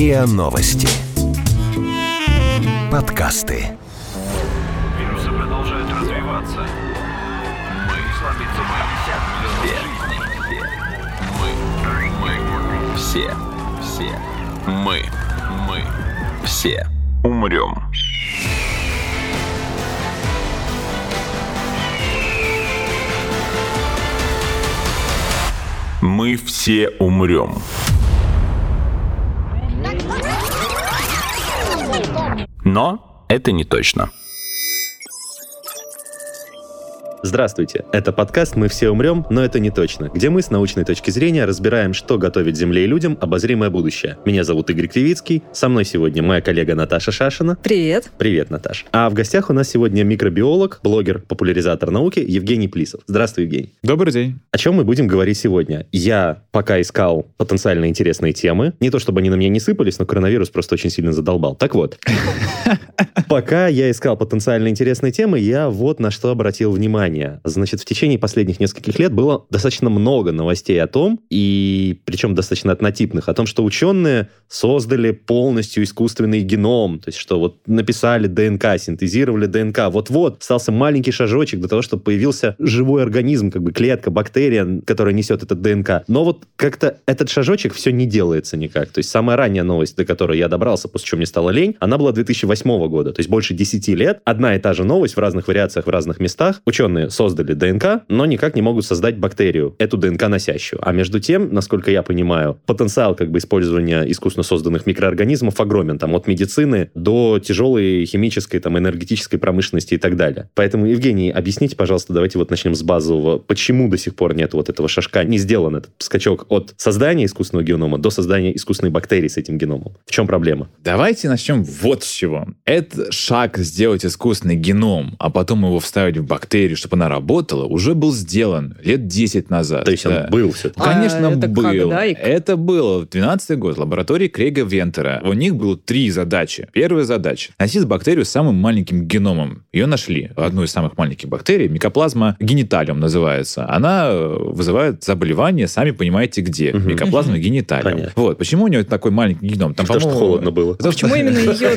РИА Новости. Подкасты. Вирусы продолжают развиваться. Мы все умрем. Мы все умрем. Но это не точно. Здравствуйте, это подкаст «Мы все умрем, но это не точно», где мы с научной точки зрения разбираем, что готовит Земле и людям обозримое будущее. Меня зовут Игорь Кривицкий, со мной сегодня моя коллега Наташа Шашина. Привет. Привет, Наташ. А в гостях у нас сегодня микробиолог, блогер, популяризатор науки Евгений Плисов. Здравствуй, Евгений. Добрый день. О чем мы будем говорить сегодня? Я пока искал потенциально интересные темы. Не то, чтобы они на меня не сыпались, но коронавирус просто очень сильно задолбал. Так вот, пока я искал потенциально интересные темы, я вот на что обратил внимание. Значит, в течение последних нескольких лет было достаточно много новостей о том, и причем достаточно однотипных, о том, что ученые создали полностью искусственный геном, то есть что вот написали ДНК, синтезировали ДНК, вот-вот остался маленький шажочек до того, чтобы появился живой организм, как бы клетка, бактерия, которая несет этот ДНК. Но вот как-то этот шажочек все не делается никак. То есть самая ранняя новость, до которой я добрался, после чего мне стало лень, она была 2008 года, то есть больше 10 лет. Одна и та же новость в разных вариациях, в разных местах. Ученые создали ДНК, но никак не могут создать бактерию, эту ДНК носящую. А между тем, насколько я понимаю, потенциал как бы использования искусственно созданных микроорганизмов огромен, там от медицины до тяжелой химической, там, энергетической промышленности и так далее. Поэтому, Евгений, объясните, пожалуйста, давайте вот начнем с базового. Почему до сих пор нет вот этого шажка, не сделан этот скачок от создания искусственного генома до создания искусственной бактерии с этим геномом? В чем проблема? Давайте начнем вот с чего. Это шаг сделать искусственный геном, а потом его вставить в бактерию, чтобы она работала, уже был сделан лет 10 назад. То есть он был все-таки? Конечно, это был. когда? Это было в 2012 год в лаборатории Крейга Вентера. У них было 3 задачи. Первая задача — найти бактерию с самым маленьким геномом. Ее нашли. Одну из самых маленьких бактерий, микоплазма гениталиум называется. Она вызывает заболевание, сами понимаете где. Микоплазма гениталиум. Понятно. Вот. Почему у нее такой маленький геном? Там, Потому что холодно было. Почему именно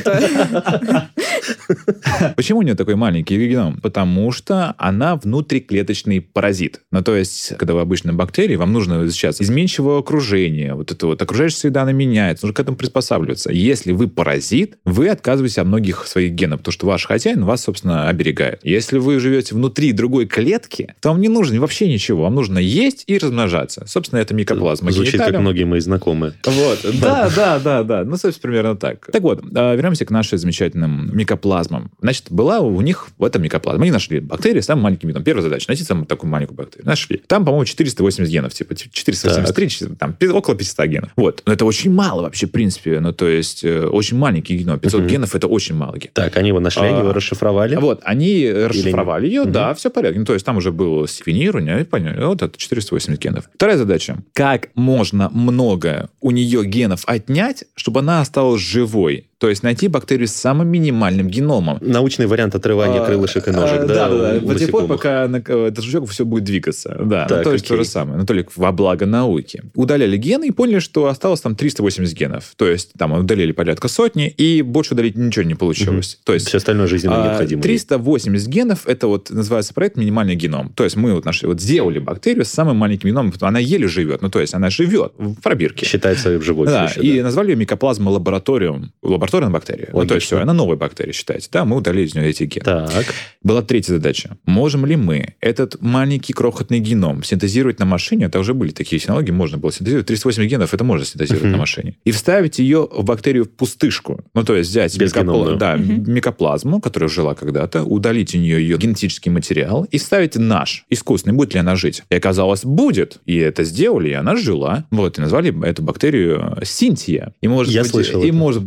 ее-то? Почему у нее такой маленький геном? Потому что она внутриклеточный паразит. Ну, то есть, когда вы обычная бактерия, вам нужно сейчас изменчивое окружение, вот это вот окружающая среда, она меняется, нужно к этому приспосабливаться. Если вы паразит, вы отказываетесь от многих своих генов, потому что ваш хозяин вас, собственно, оберегает. Если вы живете внутри другой клетки, то вам не нужно вообще ничего. Вам нужно есть и размножаться. Собственно, это микоплазма Звучит гениталиум. как многие мои знакомые. Вот, да. Ну, собственно, примерно так. Так вот, вернемся к нашим замечательным микоплазмам. Значит, была у них в этом микоплазма. Они нашли бактерии с самым маленьким геном. Первая задача — найти самую такую маленькую бактерию. Нашли. Там, по-моему, 480 генов. Типа 483, там около 500 генов. Вот. Но это очень мало вообще, в принципе. Ну, то есть, очень маленький геном. 500 генов — это очень мало генов. Так, они его нашли, они его расшифровали. Вот, они расшифровали ее, да, все в порядке. Ну, то есть, там уже было секвенирование, и поняли, вот это 480 генов. Вторая задача. Как можно много у нее генов отнять, чтобы она осталась живой? То есть найти бактерию с самым минимальным геномом. Научный вариант отрывания крылышек и ножек, да? Да. До тех пор, пока этот жучок все будет двигаться. Да, Так, то есть то же самое, но только во благо науки. Удаляли гены и поняли, что осталось там 380 генов. То есть там удалили порядка сотни, и больше удалить ничего не получилось. То есть все остальное жизненно необходимо. 380 генов, это вот называется проект «Минимальный геном». То есть мы вот нашли, вот сделали бактерию с самым маленьким геномом, она еле живет. Ну, то есть она живет в пробирке. Считается живой. Да, еще, и назвали ее микоплазма лабораториум. Лабораторная бактерия. Ну, то есть все, она новая бактерия считается. Да, мы удалили из нее эти гены. Так. Была третья задача. Можем ли мы этот маленький крохотный геном синтезировать на машине? Это уже были такие технологии, можно было синтезировать. 380 генов это можно синтезировать на машине. И вставить ее в бактерию в пустышку. Ну, то есть взять микоплазму, которая жила когда-то, удалить у нее ее генетический материал и вставить наш искусственный. Будет ли она жить? И оказалось, будет. И это сделали, и она жила. Вот, и назвали эту бактерию Синтия. И, может быть, вы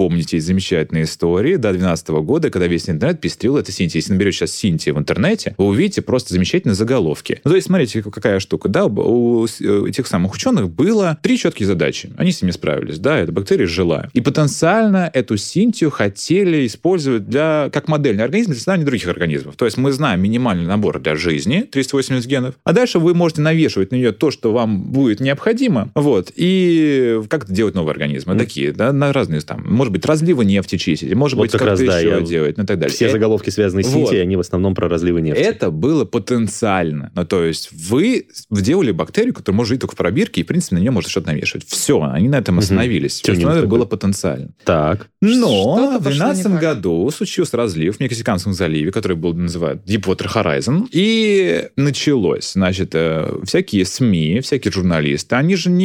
помните замечательные истории до 2012 года, когда весь интернет пестрил этой Синтией. Если наберете сейчас Синтия в интернете, вы увидите просто замечательные заголовки. Ну, то есть, смотрите, какая штука. Да, у этих самых ученых было 3 четкие задачи. Они с ними справились. Да, эта бактерия жила. И потенциально эту Синтию хотели использовать как модельный организм для создания других организмов. То есть мы знаем минимальный набор для жизни, 380 генов, а дальше вы можете навешивать на нее то, что вам будет необходимо, вот, и как-то делать новые организмы. Такие, да, на разные там, может быть, разливы нефти чистить, может быть, как-то еще делать, ну и так далее. Все заголовки, связанные с Синтией, они в основном про разливы нефти. Это было потенциально. Ну, то есть вы сделали бактерию, которая может жить только в пробирке, и, в принципе, на нее можно что-то навешивать. Все, они на этом остановились. Это было потенциально. Так. Но в 2012 году случился разлив в Мексиканском заливе, который был называют Deepwater Horizon, и началось. Значит, всякие СМИ, всякие журналисты, они же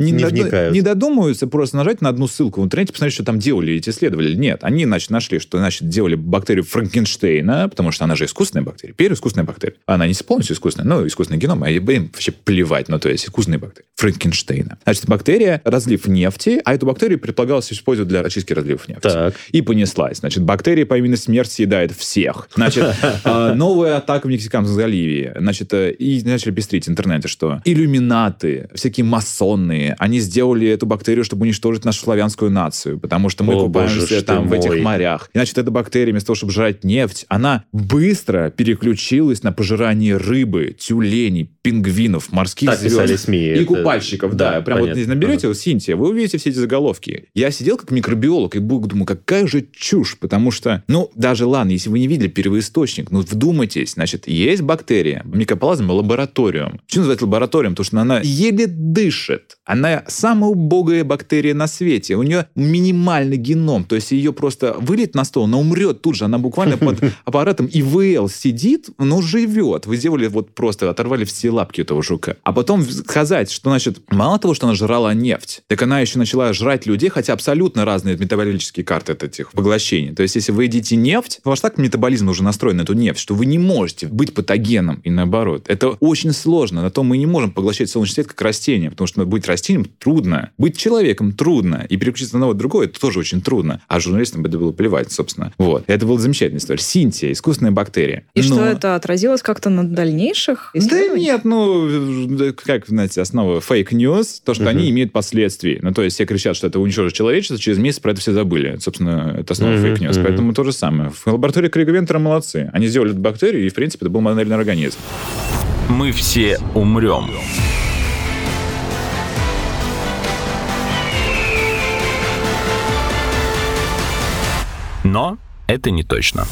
не додумываются просто нажать на одну ссылку в интернете, посмотреть, что там делали эти исследователи. Нет, они, нашли, что, делали бактерию Франкенштейна, потому что она же искусственная бактерия. Первая искусственная бактерия. Она не полностью искусственная, но искусственный геном, а им вообще плевать, то есть искусственные бактерии. Франкенштейна. Значит, бактерия, разлив нефти, а эту бактерию предполагалось использовать для очистки разливов нефти. Так. И понеслась. Значит, бактерия по имени смерть съедает всех. Значит, новая атака в Мексиканском заливе. Значит, и начали пестрить в интернете, что иллюминаты, всякие масонные, они сделали эту бактерию, чтобы уничтожить нашу славянскую нацию, потому что мы купаемся там в этих морях. И, значит, эта бактерия, вместо того, чтобы жрать нефть, она быстро переключилась на пожирание рыбы, тюленей, пингвинов, морских звезд и купальщиков. Да, прям понятно. Вот наберете Синтия, вы увидите все эти заголовки. Я сидел как микробиолог и думаю, какая же чушь, потому что, даже ладно, если вы не видели первоисточник, вдумайтесь, значит, есть бактерия, микоплазма лабораториум. Почему называется лабораториум? Потому что она еле дышит. Она самая убогая бактерия на свете. У нее минимальный геном, то есть ее просто вылить на стол, она умрет тут же, она буквально под аппаратом ИВЛ сидит, но живет. Вы сделали просто оторвали все лапки этого жука. А потом сказать, что, мало того, что она жрала нефть, так она еще начала жрать людей, хотя абсолютно разные метаболические карты от этих поглощений. То есть, если вы едите нефть, ваш так метаболизм уже настроен на эту нефть, что вы не можете быть патогеном и наоборот. Это очень сложно. На то мы не можем поглощать солнечный свет как растение, потому что быть растением трудно. Быть человеком трудно. И переключиться на другое это тоже очень трудно. А журналистам это было плевать, собственно. Вот. Это была замечательная история. Синтия, искусственная бактерия. И что это отразилось как-то на дальнейших исследованиях? Да нет, как, знаете, основа фейк-ньюс, то, что они имеют последствия. То есть все кричат, что это уничтожит человечество, через месяц про это все забыли. Собственно, это основа фейк-ньюс. Поэтому то же самое. В лаборатории Крига Вентера молодцы. Они сделали эту бактерию, и, в принципе, это был модельный организм. Мы все умрем. Но это не точно.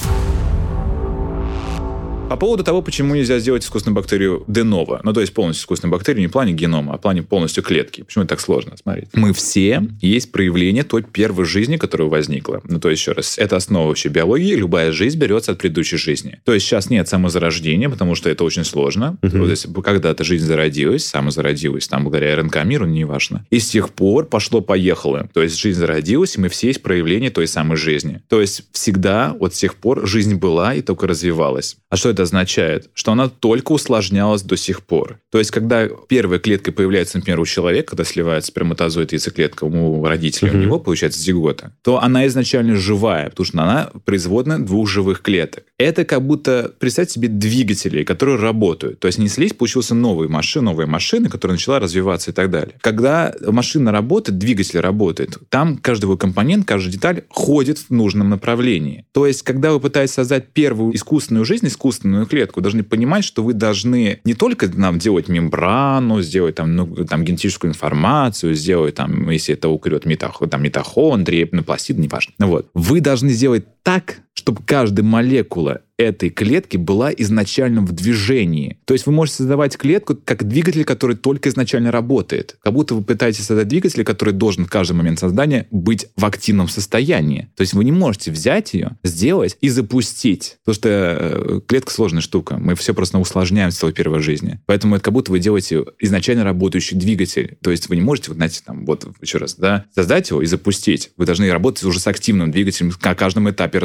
По поводу того, почему нельзя сделать искусственную бактерию de novo, то есть полностью искусственную бактерию не в плане генома, а в плане полностью клетки. Почему это так сложно? Смотрите. Мы все есть проявление той первой жизни, которая возникла. То есть, еще раз, это основа вообще биологии. Любая жизнь берется от предыдущей жизни. То есть, сейчас нет самозарождения, потому что это очень сложно. Вот если бы когда-то жизнь зародилась, самозародилась, там, благодаря РНК-миру, неважно. И с тех пор пошло-поехало. То есть, жизнь зародилась, и мы все есть проявление той самой жизни. То есть, всегда, с тех пор жизнь была и только развивалась. А что это означает? Что она только усложнялась до сих пор. То есть, когда первая клетка появляется, например, у человека, когда сливается сперматозоид и яйцеклетка у родителей, у него получается зигота, то она изначально живая, потому что она производная 2 живых клеток. Это как будто, представьте себе, двигатели, которые работают. То есть, неслись, получился новая машина, которая начала развиваться и так далее. Когда машина работает, двигатель работает, там каждый его компонент, каждая деталь ходит в нужном направлении. То есть, когда вы пытаетесь создать первую искусственную жизнь, искусственную клетку, должны понимать, что вы должны не только делать мембрану, сделать генетическую информацию, сделать если это укрет митохондрии, пластиды, неважно. Вы должны сделать так, чтобы каждая молекула этой клетки была изначально в движении. То есть вы можете создавать клетку как двигатель, который только изначально работает. Как будто вы пытаетесь создать двигатель, который должен в каждый момент создания быть в активном состоянии. То есть вы не можете взять ее, сделать и запустить. Потому что клетка сложная штука. Мы все просто усложняем с своей первой жизни. Поэтому это как будто вы делаете изначально работающий двигатель. То есть вы не можете, еще раз, создать его и запустить. Вы должны работать уже с активным двигателем на каждом этапе разработки.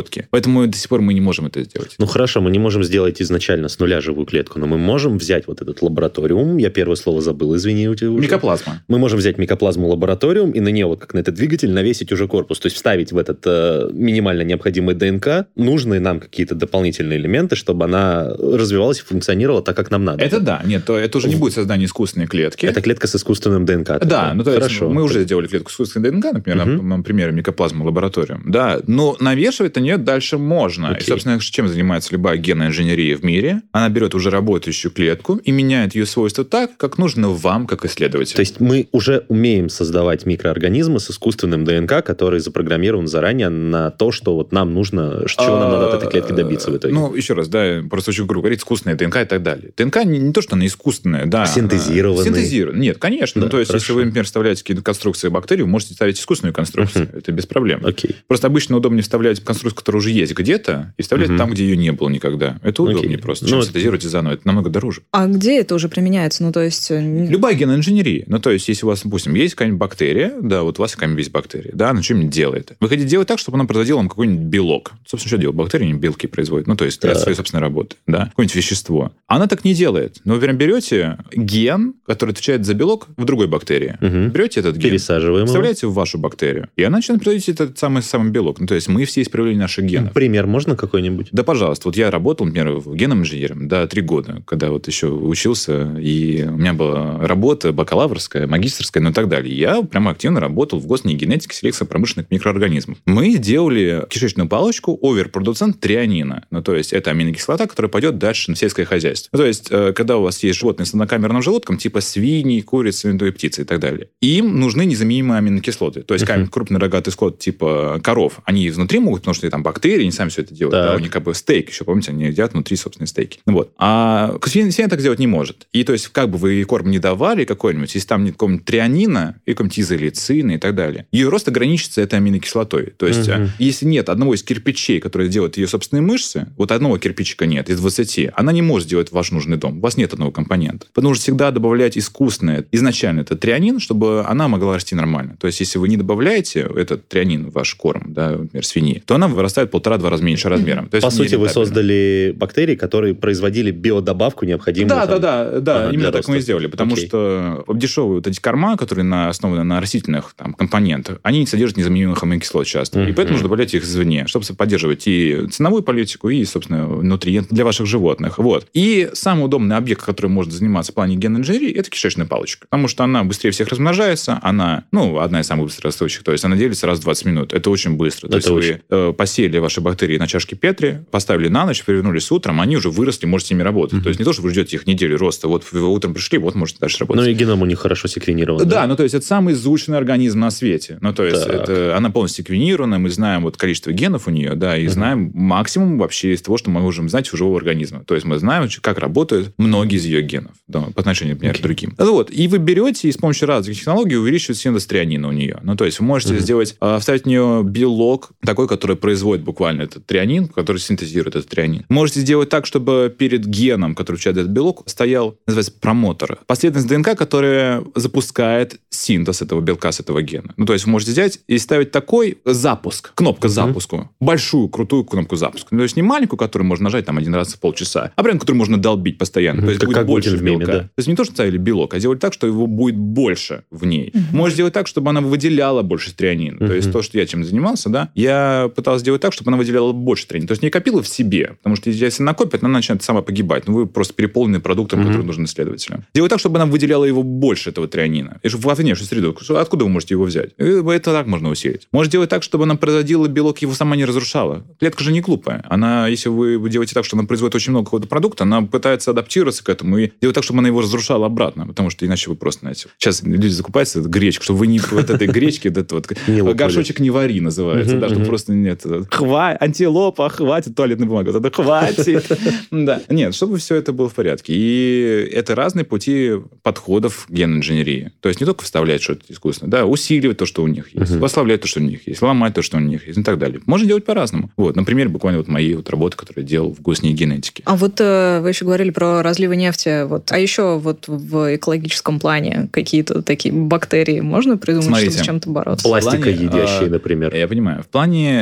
обработки. Поэтому до сих пор мы не можем это сделать. Ну хорошо, мы не можем сделать изначально с нуля живую клетку, но мы можем взять вот этот лабораториум, я первое слово забыл, извини, у тебя уже. Микоплазма. Мы можем взять микоплазму лабораториум и на нее, вот как на этот двигатель, навесить уже корпус, то есть вставить в этот минимально необходимый ДНК нужные нам какие-то дополнительные элементы, чтобы она развивалась и функционировала так, как нам надо. Это да, нет, это уже не будет создание искусственной клетки. Это клетка с искусственным ДНК. Да, ну то есть хорошо. мы уже сделали клетку с искусственной ДНК, например, на примере микоплазмы лабораториум, да, но навешивать на нее дальше можно. И, собственно, чем занимается любая генная инженерия в мире? Она берет уже работающую клетку и меняет ее свойства так, как нужно вам, как исследователю. То есть мы уже умеем создавать микроорганизмы с искусственным ДНК, который запрограммирован заранее на то, что вот нам нужно, чего нам надо от этой клетки добиться в итоге. Ну, еще раз, да, просто очень грубо говорить, искусственная ДНК и так далее. ДНК не то, что она искусственная, да. Синтезированная. Нет, конечно. Да, ну, то есть, хорошо. если вы, например, вставляете какие-то конструкции бактерий, вы можете ставить искусственную конструкцию. Это без проблем. Окей. Просто обычно удобнее вставлять конструкцию, которая уже есть где-то, и вставлять там, где ее не было никогда. Это удобнее просто, чем синтезировать заново. Это намного дороже. А где это уже применяется? Ну, то есть... Любая генная инженерия. Ну, то есть, если у вас, допустим, есть какая-нибудь бактерия, да, вот у вас какая-нибудь есть бактерия, да, она что-нибудь делает. Вы хотите делать так, чтобы она производила вам какой-нибудь белок. Собственно, что делают бактерии? Они белки производят. Ну, то есть, для своей собственной работы, да. Какое-нибудь вещество. Она так не делает. Но вы прям берете ген, который отвечает за белок в другой бактерии. Берете этот ген, пересаживаем вставляете в вашу бактерию, и она начинает производить этот самый белок. Ну, то есть, мы все исправление наших генов. Пример можно какой-нибудь? Да, пожалуйста. Вот я работал, например, генным инженером, 3 года, когда вот еще учился, и у меня была работа бакалаврская, магистерская, ну и так далее. Я прямо активно работал в госни генетике селекции промышленных микроорганизмов. Мы делали кишечную палочку оверпродуцент трианина. Ну, то есть, это аминокислота, которая пойдет дальше на сельское хозяйство. Ну, то есть, когда у вас есть животные с однокамерным желудком, типа свиньи, курицы, птицы и так далее, им нужны незаменимые аминокислоты. То есть, крупный рогатый скот, типа коров, они внутри могут, потому что там бактерии, они сами все это делают. Да, у них как бы стейк еще, помните, они едят внутри собственные стейки. Вот. А свинья так сделать не может. И то есть, как бы вы ей корм не давали какой-нибудь, если там нет какого-нибудь трианина, и какого-нибудь изолицина и так далее, ее рост ограничится этой аминокислотой. То есть, если нет одного из кирпичей, который делает ее собственные мышцы, вот одного кирпичика нет из 20, она не может сделать ваш нужный дом. У вас нет одного компонента. Потому что всегда добавлять искусственное, изначально это трианин, чтобы она могла расти нормально. То есть, если вы не добавляете этот трианин в ваш корм, да, например, свиньи, то она вырастает 1,5-2 раза меньше размером. То есть, по сути, вы создали бактерии, которые производили биодобавку необходимую. Да, именно так мы и сделали. Потому что дешевые вот эти корма, которые основаны на растительных компонентах, они не содержат незаменимых аминокислот часто. И поэтому нужно добавлять их извне, чтобы поддерживать и ценовую политику, и, собственно, нутриенты для ваших животных. Вот. И самый удобный объект, который может заниматься в плане генной инженерии, это кишечная палочка. Потому что она быстрее всех размножается, она, одна из самых быстрорастущих. То есть, она делится раз в 20 минут. Это очень быстро. То есть, вы посеяли ваши бактерии на чашке Петри, поставили на ночь, перевернулись утром, они уже выросли, можете с ними работать. То есть, не то, что вы ждете их неделю роста, вот вы утром пришли, вот можете дальше работать. Ну, и геном у них хорошо секвенирован. Да, ну, то есть, это самый изученный организм на свете. Ну, то есть, она полностью секвенирована, мы знаем вот количество генов у нее, да, и знаем максимум вообще из того, что мы можем знать у живого организма. То есть, мы знаем, как работают многие из ее генов, да, по отношению, например, к другим. Вот, и вы берете и с помощью разных технологий увеличиваете синтез трианина у нее. Ну, то есть, вы можете сделать, вставить в нее белок такой, который производит буквально этот трианин, который синтезирует этот трианин. Можете сделать так, чтобы перед геном, который отвечает за этот белок, стоял, называется, промотор. Последовательность ДНК, которая запускает синтез этого белка с этого гена. Ну, то есть, вы можете взять и ставить такой запуск, кнопка запуску, большую, крутую кнопку запуска. Ну, то есть, не маленькую, которую можно нажать там один раз в полчаса, а прям, которую можно долбить постоянно. То есть, будет больше белка. Да. То есть, не то, что ставили белок, а сделали так, что его будет больше в ней. Можно сделать так, чтобы она выделяла больше трианина. То есть, то, что я чем занимался, да, я пытался сделать так, чтобы она выделяла больше трианина. То есть, не копила в себе, потому что если она копит, она начинает сама погибать. Ну, вы просто переполнены продуктом, который нужен исследователям. Делать так, чтобы она выделяла его больше, этого трианина. И в внешнюю среду. Откуда вы можете его взять? Это так можно усилить. Можно делать так, чтобы она производила белок, его сама не разрушала. Клетка же не глупая. Она, если вы делаете так, что она производит очень много какого-то продукта, она пытается адаптироваться к этому и делать так, чтобы она его разрушала обратно. Потому что иначе вы просто, знаете... Сейчас люди закупаются гречку, чтобы вы не вот этой гречки, горшочек не вари называется. Да, что просто нет. Антилопа, хватит туалетной бумаги. Это хватит. Да. Нет, чтобы все это было в порядке. И это разные пути подходов к генной инженерии. То есть, не только вставлять что-то искусственно, да, усиливать то, что у них есть, восславлять то, что у них есть, ломать то, что у них есть и так далее. Можно делать по-разному. Вот, например, буквально вот мои вот работы, которые я делал в госни генетики. А вот вы еще говорили про разливы нефти. Вот. А еще вот в экологическом плане какие-то такие бактерии можно придумать, чтобы с чем-то бороться? Пластикоедящие, например. Я понимаю. В плане экологического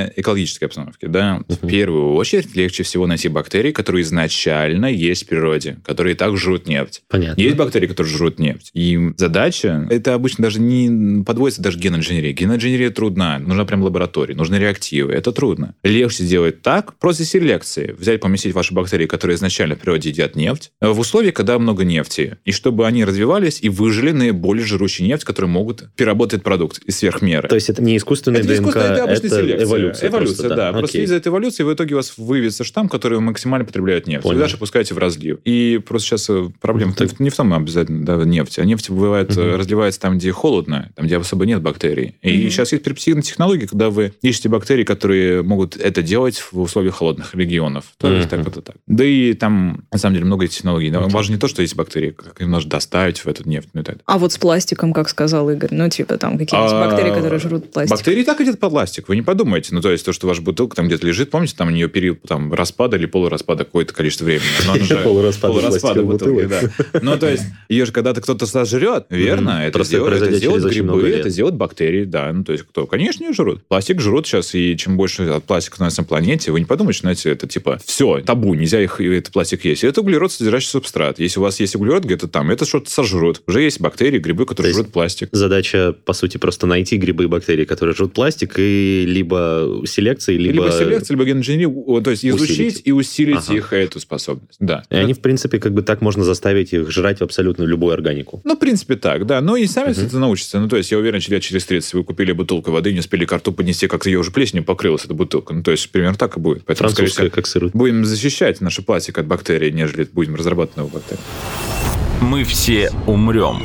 биологической обстановке, да, в первую очередь легче всего найти бактерии, которые изначально есть в природе, которые и так жрут нефть. Понятно. Есть бактерии, которые жрут нефть. И задача, это обычно даже не подводится даже к геноинженерии. Геноинженерия трудна, нужна прям лаборатория, нужны реактивы, это трудно. Легче сделать так, просто селекции. Взять, поместить ваши бактерии, которые изначально в природе едят нефть, в условиях, когда много нефти, и чтобы они развивались и выжили наиболее жрущую нефть, которые могут переработать продукт из сверхмеры. То есть это не искусственная ДНК, это обычная селекция. эволюция. Эволюция, да. Окей. Просто из-за этой эволюции в итоге у вас выявится штамм, который максимально потребляет нефть. Понял. Вы дальше пускаете в разлив. И просто сейчас проблема не в том обязательно, да, нефть. А нефть бывает, разливается там, где холодно, там, где особо нет бактерий. И сейчас есть перспективные технологии, когда вы ищете бактерии, которые могут это делать в условиях холодных регионов. То есть так. Да и там, на самом деле, много технологий. Важно не то, что есть бактерии, как их можно доставить в эту нефть. А вот с пластиком, как сказал Игорь, там какие-нибудь бактерии, которые жрут пластик. Бактерии так идут под пластик, вы не подумайте. То есть то, что ваша бутылка там где-то лежит, помните, там у нее период распада или полураспада какое-то количество времени. Полураспада бутылки, да. То есть ее же когда-то кто-то сожрет, верно? Это сделают грибы, это сделают бактерии, да. То есть кто? Конечно, ее жрут. Пластик жрут сейчас, и чем больше пластика становится на планете, вы не подумайте, знаете, это все, табу, нельзя этот пластик есть. Это углерод, содержащий субстрат. Если у вас есть углерод где-то там, это что-то сожрут. Уже есть бактерии, грибы, которые жрут пластик. Задача, по сути, просто найти грибы и бактерии, которые жрут пластик, и либо селекции, либо геноинженерии, то есть изучить и усилить их эту способность. Да. И они, в принципе, так можно заставить их жрать абсолютно любую органику. В принципе, так, да. Но и сами это научатся. То есть, я уверен, лет через 30 вы купили бутылку воды, не успели ко рту поднести, как ее уже плесенью покрылась, эта бутылка. То есть, примерно так и будет. Поэтому, французская, как сыр. Будем защищать наш пластик от бактерий, нежели будем разрабатывать новые бактерии. Мы все умрем.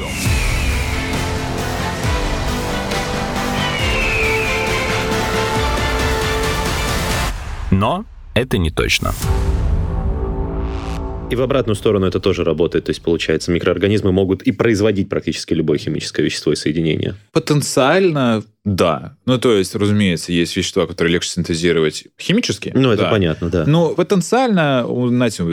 Но это не точно. И в обратную сторону это тоже работает. То есть, получается, микроорганизмы могут и производить практически любое химическое вещество и соединение. Потенциально, да. То есть, разумеется, есть вещества, которые легче синтезировать химически. Это понятно, да. Но потенциально, знаете,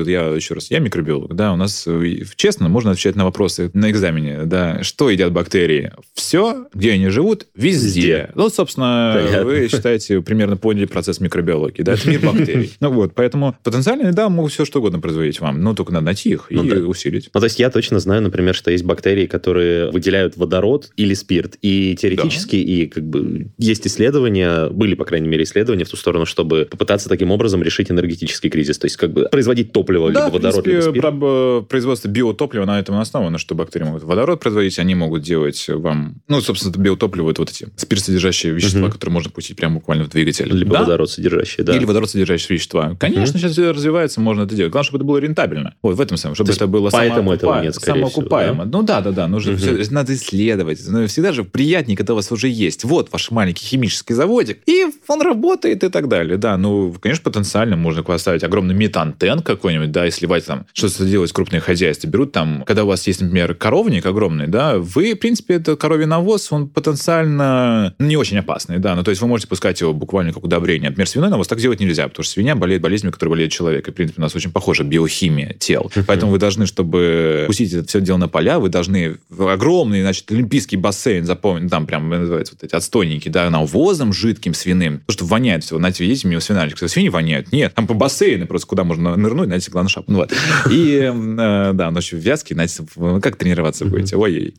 я микробиолог, да, у нас, честно, можно отвечать на вопросы на экзамене, да, что едят бактерии? Все, где они живут, везде. Собственно, понятно. Вы считаете, примерно поняли процесс микробиологии, да, это мир бактерий. Поэтому потенциально, да, могут все что угодно производить вам, только надо найти их и усилить. То есть, я точно знаю, например, что есть бактерии, которые выделяют водород или спирт, и теоретически, и есть исследования, были, по крайней мере, исследования в ту сторону, чтобы попытаться таким образом решить энергетический кризис. То есть, производить топливо, либо водород, либо спирт. Производство биотоплива на этом основано, что бактерии могут водород производить, они могут делать вам... собственно, биотопливо — это эти спиртсодержащие вещества, которые можно пустить прямо буквально в двигатель. Либо водород содержащие, да. Или водород содержащие вещества. Конечно, сейчас все развивается, можно это делать. Главное, чтобы это было рентабельно. В этом самом, чтобы это было самоокупаемо. Да. Нужно надо исследовать. Всегда же приятнее, когда у вас уже есть. Ваш маленький химический заводик, и он работает и так далее. Да, конечно, потенциально можно поставить огромный метантенк какой-нибудь, да, и сливать там, что-то делать крупные хозяйства. Берут там, когда у вас есть, например, коровник огромный, да, вы, в принципе, это коровий навоз, он потенциально не очень опасный, да, то есть вы можете пускать его буквально как удобрение. Например, свиной навоз так делать нельзя, потому что свинья болеет болезнями, которые болеет человек. И, в принципе, у нас очень похожа биохимия тел. Поэтому вы должны, чтобы пустить это все дело на поля, вы должны огромный, олимпийский бассейн заполнить, там прям называется эти отстойники, да, навозом жидким свиным, потому что воняет все. Знаете, видите, мимо свинарника, когда свиньи воняют. Нет, там по бассейну просто, куда можно нырнуть, знаете, главное шапку. И, да, ночью вязкий, знаете, как тренироваться будете? Ой-ой.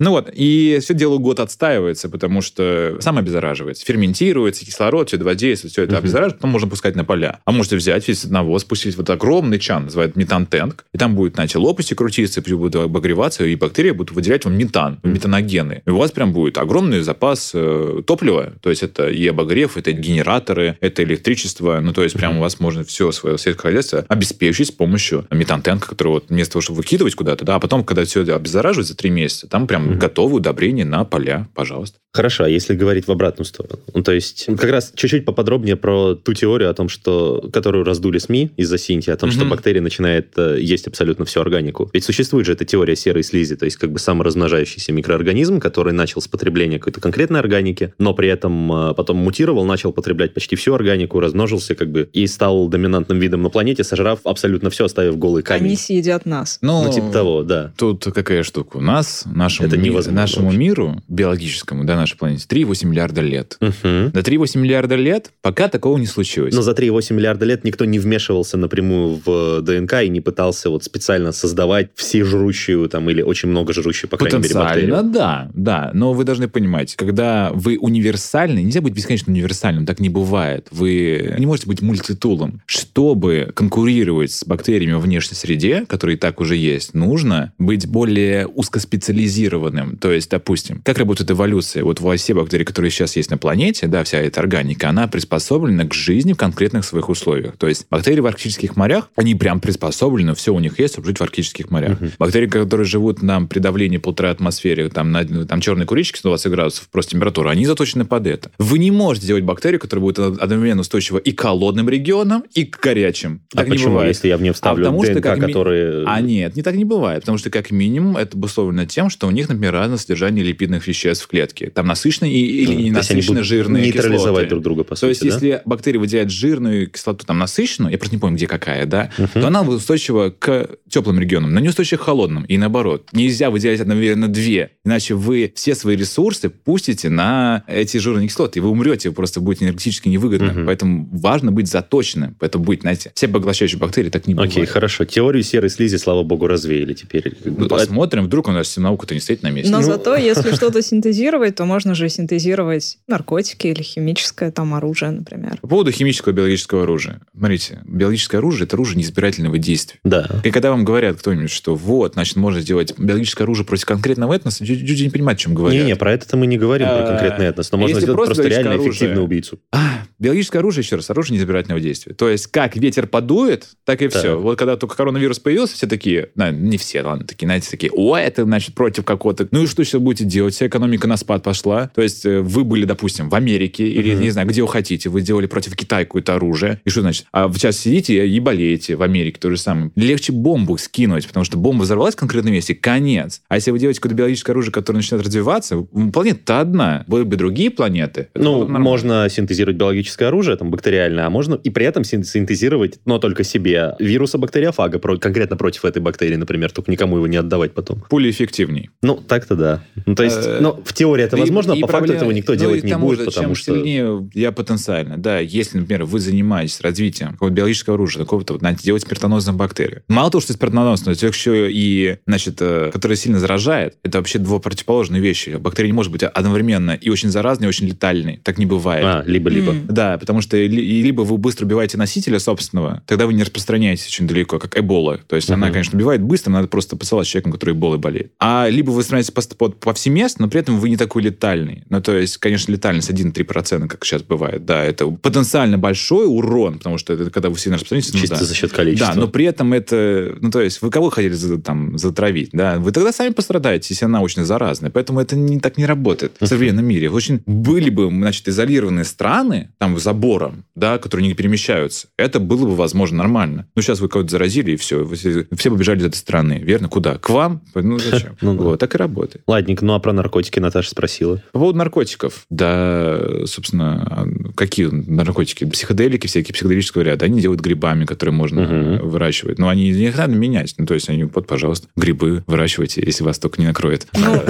И все дело год отстаивается, потому что самообеззараживается, ферментируется, кислород, все это воздействует, все это обеззараживает, потом можно пускать на поля. А можете взять весь навоз, пустить огромный чан, называют метантенк, и там будет, лопасти крутиться, будут обогреваться, и бактерии будут выделять вам метан, метаногены. И у вас прям будет огромный запас топлива, то есть это и обогрев, это генераторы, это электричество, то есть прям у вас можно все свое сельское хозяйство обеспечить с помощью метантенка, который вместо того, чтобы выкидывать куда-то, да, а потом, когда все это обеззараживается 3 месяца, там прям готовы удобрения на поля, пожалуйста. Хорошо, а если говорить в обратную сторону? То есть, как раз чуть-чуть поподробнее про ту теорию о том, которую раздули СМИ из-за Синтии, о том, что бактерия начинает есть абсолютно всю органику. Ведь существует же эта теория серой слизи, то есть саморазмножающийся микроорганизм, который начал с потребления какой-то конкретной органики, но при этом потом мутировал, начал потреблять почти всю органику, размножился и стал доминантным видом на планете, сожрав абсолютно все, оставив голый камень. Они съедят нас. Типа того, да. Тут какая штука? У нас, нашему миру биологическому, да, нашей планете? 3,8 миллиарда лет. Угу. На 3,8 миллиарда лет пока такого не случилось. Но за 3,8 миллиарда лет никто не вмешивался напрямую в ДНК и не пытался вот специально создавать всежрущую там или очень много жрущую, по крайней мере, бактерию. Потенциально, да. Но вы должны понимать, когда вы универсальны, нельзя быть бесконечно универсальным, так не бывает. Вы не можете быть мультитулом. Чтобы конкурировать с бактериями во внешней среде, которые и так уже есть, нужно быть более узкоспециализированным. То есть, допустим, как работает эволюция? Вот все бактерии, которые сейчас есть на планете, да, вся эта органика, она приспособлена к жизни в конкретных своих условиях. То есть бактерии в арктических морях, они прям приспособлены, все у них есть, чтобы жить в арктических морях. Бактерии, которые живут при давлении 1,5 атмосферы, там черные курильщики 120 градусов, просто температура, они заточены под это. Вы не можете делать бактерию, которая будет одновременно устойчива и к холодным регионам, и к горячим. Так не почему, бывает. Если я в нее вставлю ДНК, которые... Нет, не так не бывает, потому что как минимум это обусловлено тем, что у них, например, разное содержание липидных веществ в клетке. Там насыщенные или ненасыщенные жирные нейтрализовать кислоты. друг друга, по сути. То есть, если бактерия выделяет жирную кислоту, там насыщенную, я просто не помню, где какая, да, то она будет устойчива к теплым регионам, но не устойчива к холодным. И наоборот. Нельзя выделять одновременно две, иначе вы все свои ресурсы пустите на эти жирные кислоты, и вы умрете, просто будет энергетически невыгодно. Поэтому важно быть заточенным. Поэтому быть, знаете, все поглощающие бактерии так не бывает. Окей, хорошо. Теорию серой слизи, слава богу, развеяли теперь. Посмотрим, вдруг у нас наука-то не стоит на месте. Но зато, если что-то синтезировать, то можно же синтезировать наркотики или химическое там оружие, например. По поводу химического и биологического оружия. Смотрите, биологическое оружие – это оружие неизбирательного действия. Да. И когда вам говорят кто-нибудь, что вот, значит, можно сделать биологическое оружие против конкретного этноса, люди не понимают, о чем говорят. Не-не, про это мы не говорим, про конкретный этнос, но можно сделать просто реально эффективного убийцу. Биологическое оружие, еще раз, оружие неизбирательного действия. То есть, как ветер подует, так и все. Вот когда только коронавирус появился, все такие, не все, ладно, такие, знаете, такие, это, значит, против какого-то. Ну и что сейчас будете делать? Вся экономика на спад пошла. То есть, вы были, допустим, в Америке или, не знаю, где вы хотите, вы делали против Китая какое-то оружие. И что значит? А вы сейчас сидите и болеете в Америке, то же самое. Легче бомбу скинуть, потому что бомба взорвалась в конкретном месте, конец. А если вы делаете какое-то биологическое оружие, которое начинает развиваться, планета-то одна. Были бы другие планеты. Можно синтезировать биологическое оружие, там, бактериальное, а можно и при этом синтезировать, но только себе, вируса бактериофага, конкретно против этой бактерии, например, только никому его не отдавать потом. Пуля эффективней. Так-то да. То есть, в теории это возможно, по факту этого никто делать не будет, потому что... Чем сильнее я потенциально, да, если, например, вы занимаетесь развитием какого-то биологического оружия, какого-то, знаете, делать смертоносным бактерию. Мало того, что смертоносным, это еще и, значит, которая сильно заражает, это вообще две противоположные вещи. Бактерия не может быть одновременно и очень заразной, и очень летальной. Так не бывает. Либо-либо. Да, потому что либо вы быстро убиваете носителя собственного, тогда вы не распространяетесь очень далеко, как Эбола. То есть она, конечно, убивает быстро, надо просто посылать с человеком, который Эболой болеет. А либо вы распространяетесь повсеместно, но при этом вы не такой летальный. То есть, конечно, летальность 1-3%, как сейчас бывает. Да, это потенциально большой урон, потому что это когда вы сильно распространяетесь. Чисто за счет количества. Да, но при этом это... то есть, вы кого хотели затравить? Да, вы тогда сами пострадаете, если она очень заразная. Поэтому это так не работает в современном мире. Очень были бы, значит, изолированные страны, там, забором, да, которые не перемещаются. Это было бы, возможно, нормально. Сейчас вы кого-то заразили, и все. Все побежали из этой страны. Верно? Куда? К вам? Зачем? Вот, так и работает. Ладненько, а про наркотики Наташа спросила. По поводу наркотиков. Да, собственно, какие наркотики? Психоделики, всякие психоделического ряда. Они делают грибами, которые можно выращивать. Но их надо менять. То есть, пожалуйста, грибы выращивайте, если вас только не накроет.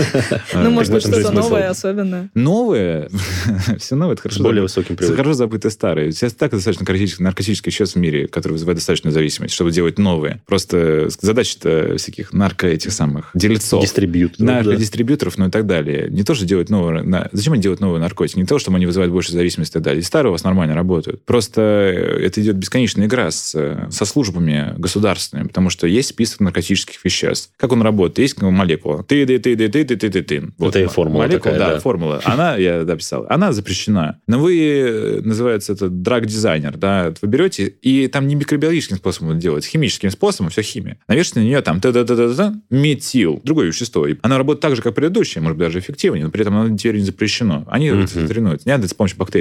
Может быть, что-то новое особенное. Новое? Все новое, это хорошо. Более высоким приводом. Хорошо забытые старые. Сейчас так достаточно наркотических веществ в мире, которые вызывают достаточную зависимость, чтобы делать новые. Просто задача-то всяких этих самых дельцов. Наркодистрибьюторов, и так далее. Не то, что делать новые... Зачем они делают новые наркотики? Не то, чтобы они вызывают больше зависимости и так далее. И старые у вас нормально работают. Просто это идет бесконечная игра со службами государственными, потому что есть список наркотических веществ. Как он работает? Есть молекула. Ты. Это и формула такая, да. Формула. Она, я дописал, она запрещена. Но вы, называется это драг-дизайнер, да, вы берете, и там не микробиологическим способом делать, химическим способом, все химия. Навешивается на нее там метил, другое вещество. И она работает так же, как предыдущая, может быть, даже эффективнее, но при этом она теперь не запрещено. Они тренируют. Не надо с помощью бактерий это делать.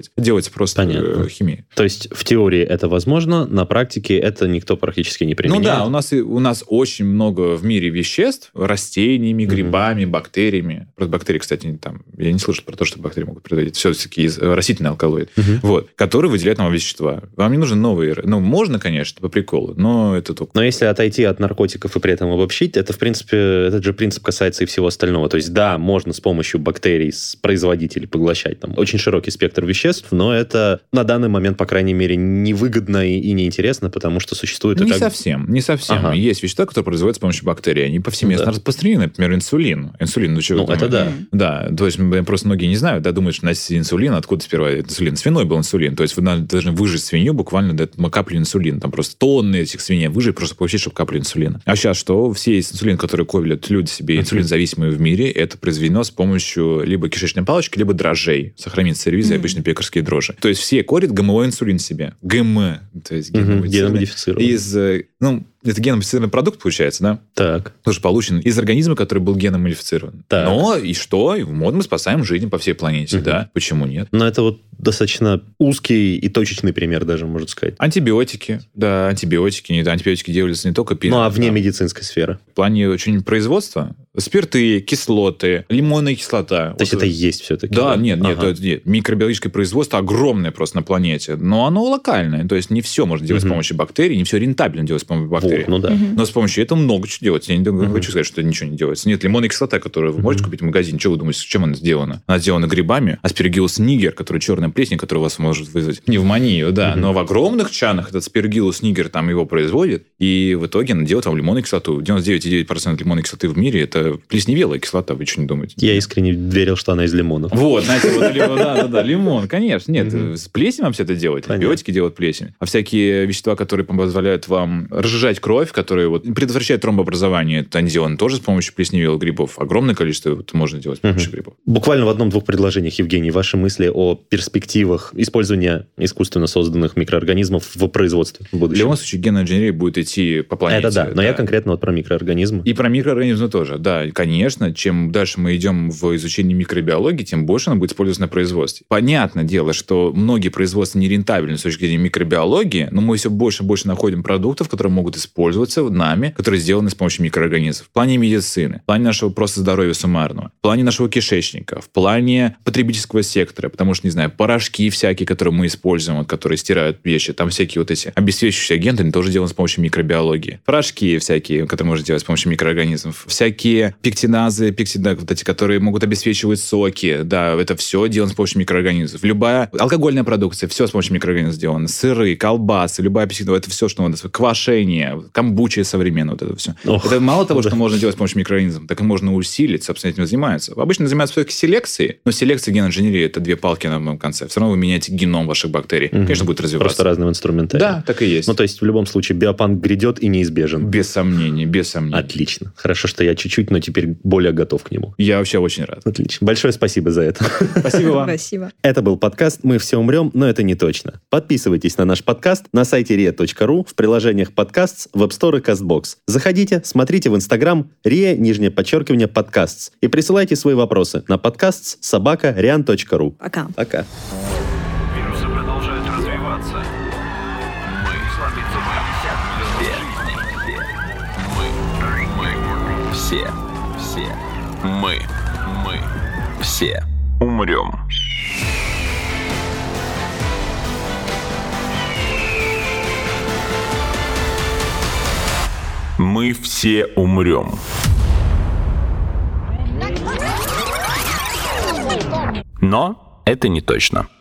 делать. Делается просто химией. То есть в теории это возможно, на практике это никто практически не применяет. Ну да, у нас очень много в мире веществ, растениями, грибами, бактериями. Про бактерии, кстати, там, я не слышал про то, что бактерии могут производить все-таки растительный алкалоид, вот, которые выделяют нам вещества. Вам не нужны новые... Ну, можно, конечно, по приколу, но это только... Но если отойти от наркотиков и при этом обобщить, это, в принципе, этот же принцип касается и всего остального. То есть, да, можно с помощью бактерий с производителей поглощать там очень широкий спектр веществ, но это на данный момент, по крайней мере, невыгодно и неинтересно, потому что существует... Не совсем. Ага. Есть вещества, которые производятся с помощью бактерий. Они повсеместно распространены. Например, инсулин. Это да. Да, то есть просто многие не знают, да, думают, что у нас инсулин, откуда сперва инсулин? Свиной был инсулин. То есть вы должны выжать свинью буквально до капли инсулина. Там просто тонны этих свиней выжать, просто получить, чтобы капли инсулина. А сейчас что? Все инсулин, которые колят люди себе, инсулин-зависимые в мире, это произведено с помощью либо кишечной палочки, либо дрожжей. Сохранить сервизы, обычно пекарские дрожжи. То есть все корят ГМО-инсулин себе. ГМ, то есть геномодифицированный. Это геномодифицированный продукт, получается, да? Так. Тоже получен из организма, который был геномодифицирован. Так. Но и что? Вот мы спасаем жизнь по всей планете, да? Почему нет? Но это вот достаточно узкий и точечный пример даже, можно сказать. Антибиотики. Да, антибиотики делаются не только... вне медицинской сферы. В плане очень производства. Спирты, кислоты, лимонная кислота. То есть это есть все-таки? Да, нет. Микробиологическое производство огромное просто на планете. Но оно локальное. То есть не все можно делать с помощью бактерий, не все рентабельно делать с помощью бактерий. Но с помощью этого много чего делать. Я не хочу сказать, что ничего не делается. Нет, лимонная кислота, которую вы можете купить в магазине. Что вы думаете, с чем она сделана? Она сделана грибами. Аспергиллус нигер, который черная плесень, которая у вас может вызвать пневмонию, да. Но в огромных чанах этот аспергиллус нигер там его производит, и в итоге она делает вам лимонную кислоту. 99,9% лимонной кислоты в мире – это плесневелая кислота, вы что не думаете? Я искренне верил, что она из лимонов. Вот, знаете, лимон, конечно. Нет, с плесенью все это делать. Антибиотики делают плесень. А всякие вещества, которые позволяют вам разжижать кровь, которые предотвращают тромбообразование, это они сделаны тоже с помощью плесневелых грибов. Огромное количество можно делать с помощью грибов. Буквально в одном-двух предложениях, Евгений, ваши мысли о перспективах использования искусственно созданных микроорганизмов в производстве в будущем. В любом случае, генная инженерия будет идти по планете. Это да, но я конкретно про микроорганизмы. И про микроорганизмы тоже, да. Конечно, чем дальше мы идем в изучении микробиологии, тем больше она будет использоваться на производстве. Понятное дело, что многие производства нерентабельны с точки зрения микробиологии, но мы все больше и больше находим продуктов, которые могут использоваться нами, которые сделаны с помощью микроорганизмов. В плане медицины, в плане нашего просто здоровья суммарного, в плане нашего кишечника, в плане потребительского сектора, потому что, не знаю, порошки всякие, которые мы используем, которые стирают вещи, там всякие эти обесцвечивающие агенты, они тоже деланы с помощью микробиологии. Порошки всякие, которые можно делать с помощью микроорганизмов. Всякие пектиназы, эти, которые могут обесцвечивать соки, да, это все делано с помощью микроорганизмов. Любая алкогольная продукция, все с помощью микроорганизмов сделано. Сыры, колбасы, любая пектина, это все, что надо. Квашение, камбучи современное, вот это все. Это мало того, что можно делать с помощью микроорганизмов, так и можно усилить, собственно, этим занимаются. Обычно занимаются все-таки селекцией, но селекция и генинженерия – это две палки на моем конце. Все равно вы меняете геном ваших бактерий. Конечно, будет развиваться. Просто разным инструментарием. Да, так и есть. Ну, то есть, в любом случае, биопанк грядет и неизбежен. Без сомнений, без сомнений. Отлично. Хорошо, что я чуть-чуть, но теперь более готов к нему. Я вообще очень рад. Отлично. Большое спасибо за это. Спасибо вам. Спасибо. Это был подкаст «Мы все умрем, но это не точно». Подписывайтесь на наш подкаст на сайте ria.ru, в приложениях подкастс, в App Store и CastBox. Заходите, смотрите в Instagram ria_подкастс и присылайте свои вопросы на подкастс@rian.ru. Пока. Пока. Вирусы продолжают развиваться. Мы все умрем. Мы все умрем. Но это не точно.